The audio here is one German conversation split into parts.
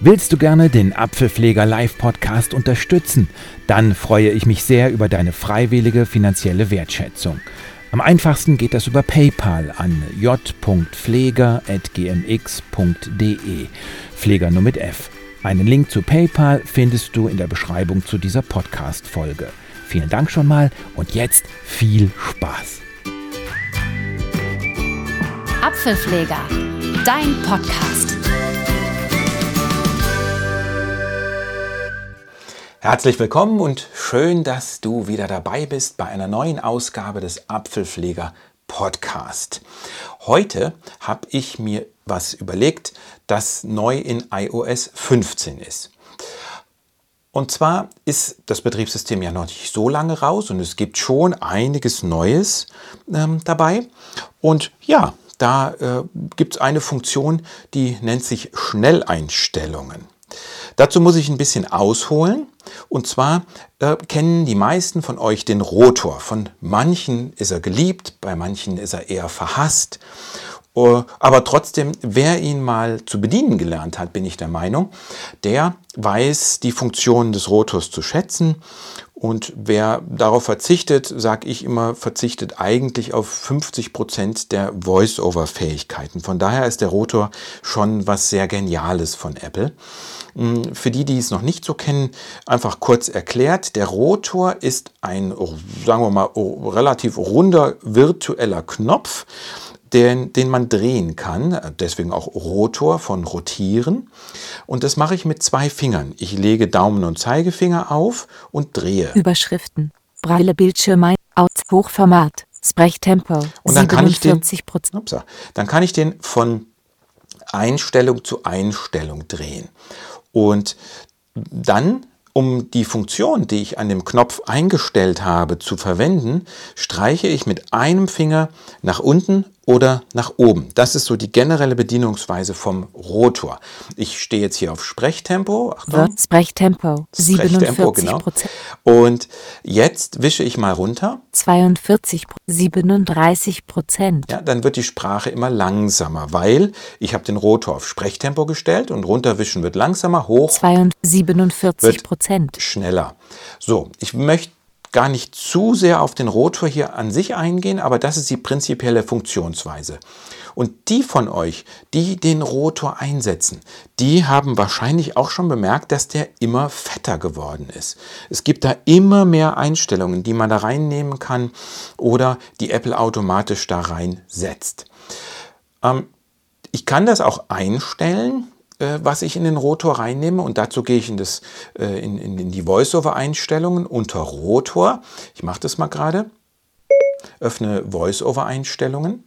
Willst du gerne den Apfelpfleger Live-Podcast unterstützen? Dann freue ich mich sehr über deine freiwillige finanzielle Wertschätzung. Am einfachsten geht das über PayPal an j.pfleger@gmx.de. Pfleger nur mit F. Einen Link zu PayPal findest du in der Beschreibung zu dieser Podcast-Folge. Vielen Dank schon mal und jetzt viel Spaß. Apfelpfleger, dein Podcast. Herzlich willkommen und schön, dass du wieder dabei bist bei einer neuen Ausgabe des Apfelpfleger Podcast. Heute habe ich mir was überlegt, das neu in iOS 15 ist. Und zwar ist das Betriebssystem ja noch nicht so lange raus und es gibt schon einiges Neues dabei. Und ja, da gibt es eine Funktion, die nennt sich Schnelleinstellungen. Dazu muss ich ein bisschen ausholen. Und zwar kennen die meisten von euch den Rotor. Von manchen ist er geliebt, bei manchen ist er eher verhasst. Aber trotzdem, wer ihn mal zu bedienen gelernt hat, bin ich der Meinung, der weiß die Funktionen des Rotors zu schätzen. Und wer darauf verzichtet, sage ich immer, verzichtet eigentlich auf 50% der Voice-Over-Fähigkeiten. Von daher ist der Rotor schon was sehr Geniales von Apple. Für die, die es noch nicht so kennen, einfach kurz erklärt. Der Rotor ist ein, sagen wir mal, relativ runder virtueller Knopf, den man drehen kann. Deswegen auch Rotor von rotieren. Und das mache ich mit 2 Fingern. Ich lege Daumen und Zeigefinger auf und drehe. Überschriften, Braille Bildschirm, Hochformat, Sprechtempo, und dann 47%. Dann kann ich den von Einstellung zu Einstellung drehen. Und dann, um die Funktion, die ich an dem Knopf eingestellt habe, zu verwenden, streiche ich mit einem Finger nach unten oder nach oben. Das ist so die generelle Bedienungsweise vom Rotor. Ich stehe jetzt hier auf Sprechtempo. Achtung. Sprechtempo, 47%. Genau. Und jetzt wische ich mal runter. 37%. Ja, dann wird die Sprache immer langsamer, weil ich habe den Rotor auf Sprechtempo gestellt und runterwischen wird langsamer, hoch 47%. Schneller. So, ich möchte gar nicht zu sehr auf den Rotor hier an sich eingehen, aber das ist die prinzipielle Funktionsweise. Und die von euch, die den Rotor einsetzen, die haben wahrscheinlich auch schon bemerkt, dass der immer fetter geworden ist. Es gibt da immer mehr Einstellungen, die man da reinnehmen kann oder die Apple automatisch da reinsetzt. Ich kann das auch einstellen, was ich in den Rotor reinnehme, und dazu gehe ich in die Voice-Over-Einstellungen unter Rotor. Ich mache das mal gerade. Öffne Voice-Over-Einstellungen.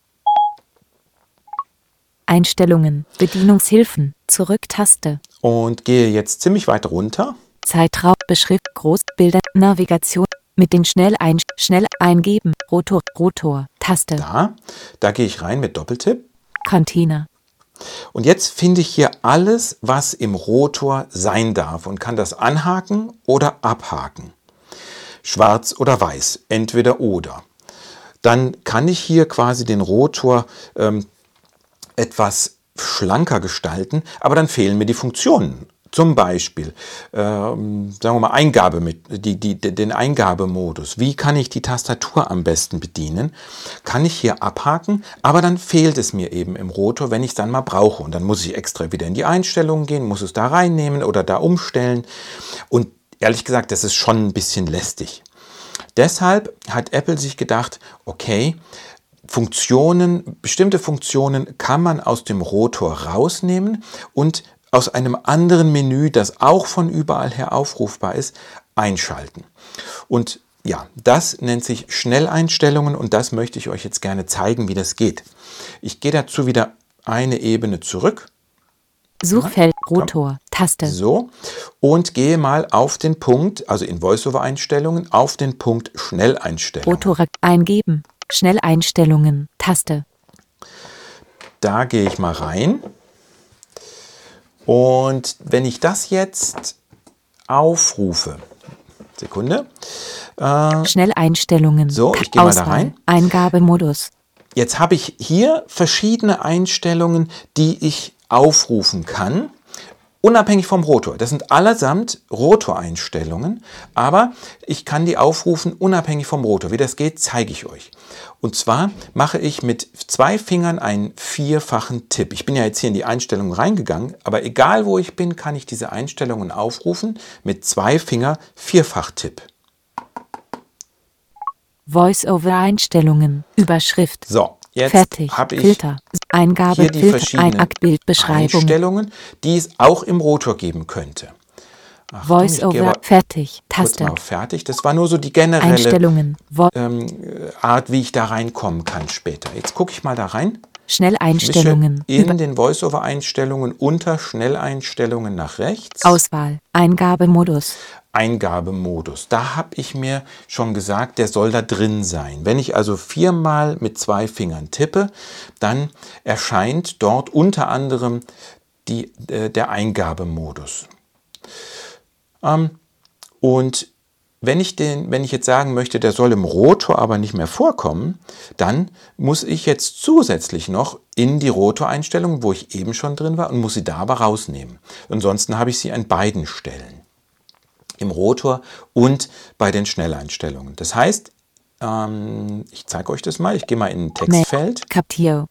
Einstellungen, Bedienungshilfen, Zurück-Taste. Und gehe jetzt ziemlich weit runter. Zeitraum, Beschrift, Großbilder, Navigation, mit den schnell eingeben, Rotor, Taste. Da gehe ich rein mit Doppeltipp. Container. Und jetzt finde ich hier alles, was im Rotor sein darf und kann das anhaken oder abhaken. Schwarz oder weiß, entweder oder. Dann kann ich hier quasi den Rotor etwas schlanker gestalten, aber dann fehlen mir die Funktionen. Zum Beispiel, sagen wir mal, den Eingabemodus. Wie kann ich die Tastatur am besten bedienen? Kann ich hier abhaken, aber dann fehlt es mir eben im Rotor, wenn ich es dann mal brauche. Und dann muss ich extra wieder in die Einstellungen gehen, muss es da reinnehmen oder da umstellen. Und ehrlich gesagt, das ist schon ein bisschen lästig. Deshalb hat Apple sich gedacht, okay, bestimmte Funktionen kann man aus dem Rotor rausnehmen und aus einem anderen Menü, das auch von überall her aufrufbar ist, einschalten. Und ja, das nennt sich Schnelleinstellungen und das möchte ich euch jetzt gerne zeigen, wie das geht. Ich gehe dazu wieder eine Ebene zurück. Suchfeld, Rotor, Taste. So, und gehe mal auf den Punkt, also in Voice-Over-Einstellungen, auf den Punkt Schnelleinstellungen. Rotor eingeben, Schnelleinstellungen, Taste. Da gehe ich mal rein. Und wenn ich das jetzt aufrufe, Sekunde. Schnelleinstellungen. So, ich gehe mal da rein. Eingabemodus. Jetzt habe ich hier verschiedene Einstellungen, die ich aufrufen kann. unabhängig vom Rotor. Das sind allesamt Rotoreinstellungen, aber ich kann die aufrufen unabhängig vom Rotor. Wie das geht, zeige ich euch. Und zwar mache ich mit 2 Fingern einen 4-fachen Tipp. Ich bin ja jetzt hier in die Einstellungen reingegangen, aber egal wo ich bin, kann ich diese Einstellungen aufrufen mit 2 Finger 4-fach-Tipp. Voice-over-Einstellungen, Überschrift. So, jetzt Fertig. habe ich Filter. Eingabe. hier die Filter. verschiedenen Aktbildbeschreibung. Einstellungen, die es auch im Rotor geben könnte. Achtung, ich gehe Voice-over. aber Fertig. kurz Taste. mal auf fertig. Das war nur so die generelle Einstellungen. Art, wie ich da reinkommen kann später. Jetzt gucke ich mal da rein. Schnelleinstellungen. In den Voice-over-Einstellungen unter Schnelleinstellungen nach rechts. Auswahl. Eingabemodus. Eingabemodus. Da habe ich mir schon gesagt, der soll da drin sein. Wenn ich also 4-mal mit 2 Fingern tippe, dann erscheint dort unter anderem der Eingabemodus. Und wenn ich jetzt sagen möchte, der soll im Rotor aber nicht mehr vorkommen, dann muss ich jetzt zusätzlich noch in die Rotoreinstellungen, wo ich eben schon drin war, und muss sie da aber rausnehmen. Ansonsten habe ich sie an beiden Stellen. Im Rotor und bei den Schnelleinstellungen. Das heißt, ich zeige euch das mal. Ich gehe mal in ein Textfeld. Captio.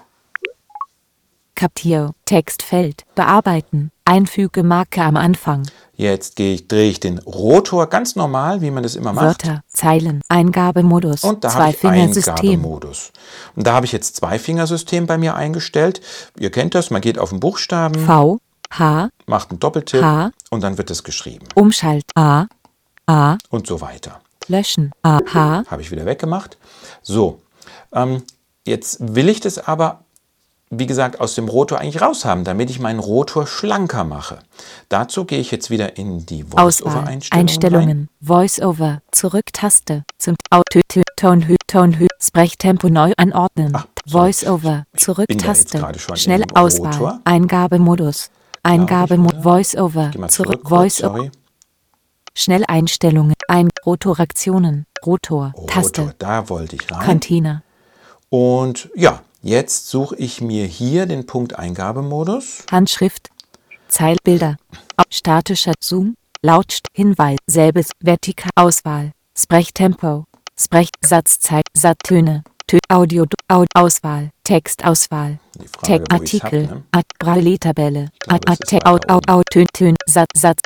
Textfeld. Bearbeiten. Einfüge Marke am Anfang. Jetzt drehe ich den Rotor ganz normal, wie man das immer macht. Wörter, Zeilen, Eingabemodus, Und da habe ich Zwei-Finger-System. Eingabemodus. Und da habe ich jetzt Zwei-Finger-System bei mir eingestellt. Ihr kennt das, man geht auf den Buchstaben, V, H, macht einen Doppeltipp H, und dann wird es geschrieben. Umschalt, A, Und so weiter. löschen, A, H, Habe ich wieder weggemacht. So, jetzt will ich das aber, wie gesagt, aus dem Rotor eigentlich raushaben, damit ich meinen Rotor schlanker mache. Dazu gehe ich jetzt wieder in die Auswahl, Voice-over-Einstellungen Einstellungen, Voice-over, Zurück-Taste, zum Tonhöhe, Sprechtempo neu anordnen, Voice-over, bin da jetzt Zurück-Taste, gerade schon schnell im Auswahl, Rotor. Eingabemodus, oder? Voice-over, Geh mal zurück, kurz, Voice-over, sorry. Schnelleinstellungen, Rotoraktionen, Rotor, Taste, Rotor, da wollte ich rein. Container, Und ja, jetzt suche ich mir hier den Punkt Eingabemodus. Handschrift, Zeilbilder, statischer Zoom, Hinweis, selbes, vertikal, Auswahl, Sprechtempo, Satzzeit, Satztöne, Auswahl, Textauswahl, Die Frage, wo ich's Artikel, hab, ne? Brailletabelle, glaube, es ist weiter Tön, Satz,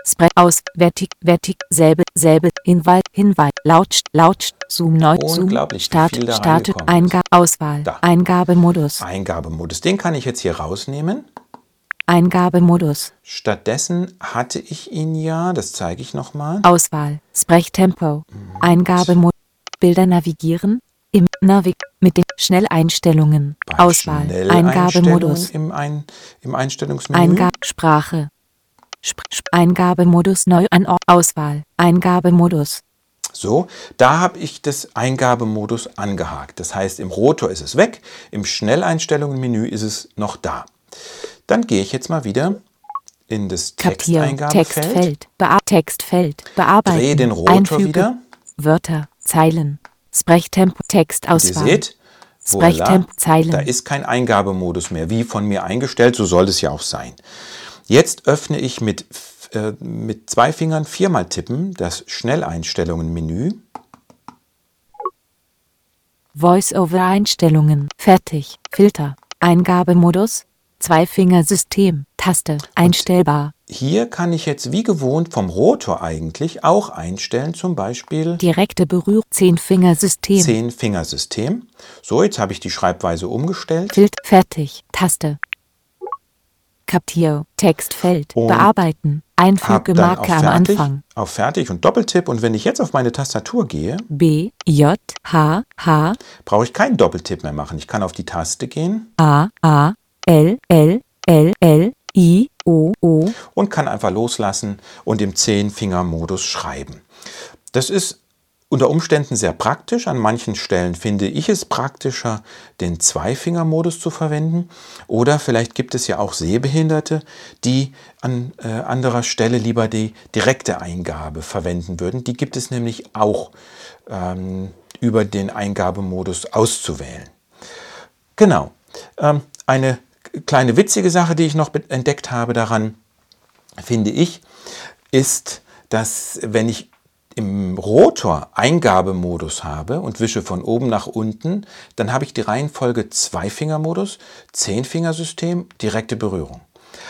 selbe, Hinweis, Zoom, Zoom, Unglaublich, wie viel da reingekommen ist. Auswahl, Da. Eingabemodus, Eingabemodus, den kann ich jetzt hier rausnehmen. Eingabemodus, Stattdessen hatte ich ihn ja, das zeige ich nochmal. Auswahl, Sprechtempo, Eingabemodus, Bilder navigieren, mit den Schnelleinstellungen, Auswahl, Eingabemodus, Im Einstellungsmenü. Sprache, Eingabemodus neu Auswahl, Eingabemodus, So, da habe ich das Eingabemodus angehakt. Das heißt, im Rotor ist es weg, im Schnelleinstellungen-Menü ist es noch da. Dann gehe ich jetzt mal wieder in das Texteingabefeld. Textfeld, bearbeiten, Drehe den Rotor Einfüge, wieder. Wörter, Zeilen, Sprechtempo, Und Textauswahl, ihr seht, Sprechtempo, voilà, Zeilen, da ist kein Eingabemodus mehr, wie von mir eingestellt, so soll es ja auch sein. Jetzt öffne ich mit 2 Fingern 4-mal tippen das Schnelleinstellungen-Menü. Voice-over-Einstellungen, fertig, Filter, Eingabemodus, Zwei-Finger-System, Taste, einstellbar, Hier kann ich jetzt wie gewohnt vom Rotor eigentlich auch einstellen, zum Beispiel direkte Berührung, 10-Finger-System, 10-Finger-System. So, jetzt habe ich die Schreibweise umgestellt. fertig, Taste, Captio, Textfeld, Und bearbeiten, Einfüge Hab dann Marke am Anfang, auf Fertig und Doppeltipp. Und wenn ich jetzt auf meine Tastatur gehe, B, J, H, H, brauche ich keinen Doppeltipp mehr machen. Ich kann auf die Taste gehen A, L, L, L, L, I, O, O, und kann einfach loslassen und im 10-Finger-Modus schreiben. Das ist unter Umständen sehr praktisch. An manchen Stellen finde ich es praktischer, den 2-Finger-Modus zu verwenden. Oder vielleicht gibt es ja auch Sehbehinderte, die an anderer Stelle lieber die direkte Eingabe verwenden würden. Die gibt es nämlich auch über den Eingabemodus auszuwählen. Genau. Eine kleine witzige Sache, die ich noch entdeckt habe daran. finde ich, ist, dass wenn ich im Rotor Eingabemodus habe und wische von oben nach unten, dann habe ich die Reihenfolge Zweifingermodus, Zehnfingersystem, direkte Berührung.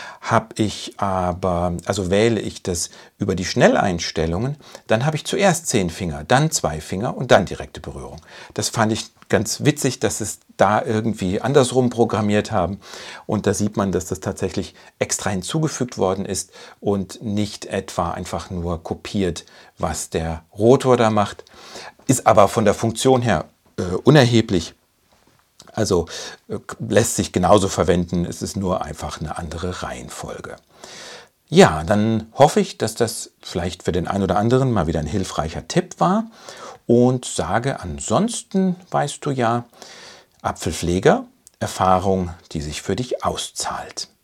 Wähle ich das über die Schnelleinstellungen, dann habe ich zuerst 10 Finger, dann 2 Finger und dann direkte Berührung. Das fand ich ganz witzig, dass es da irgendwie andersrum programmiert haben. Und da sieht man, dass das tatsächlich extra hinzugefügt worden ist und nicht etwa einfach nur kopiert, was der Rotor da macht. Ist aber von der Funktion her unerheblich. Also lässt sich genauso verwenden, es ist nur einfach eine andere Reihenfolge. Ja, dann hoffe ich, dass das vielleicht für den einen oder anderen mal wieder ein hilfreicher Tipp war und sage, ansonsten weißt du ja, Apfelpfleger, Erfahrung, die sich für dich auszahlt.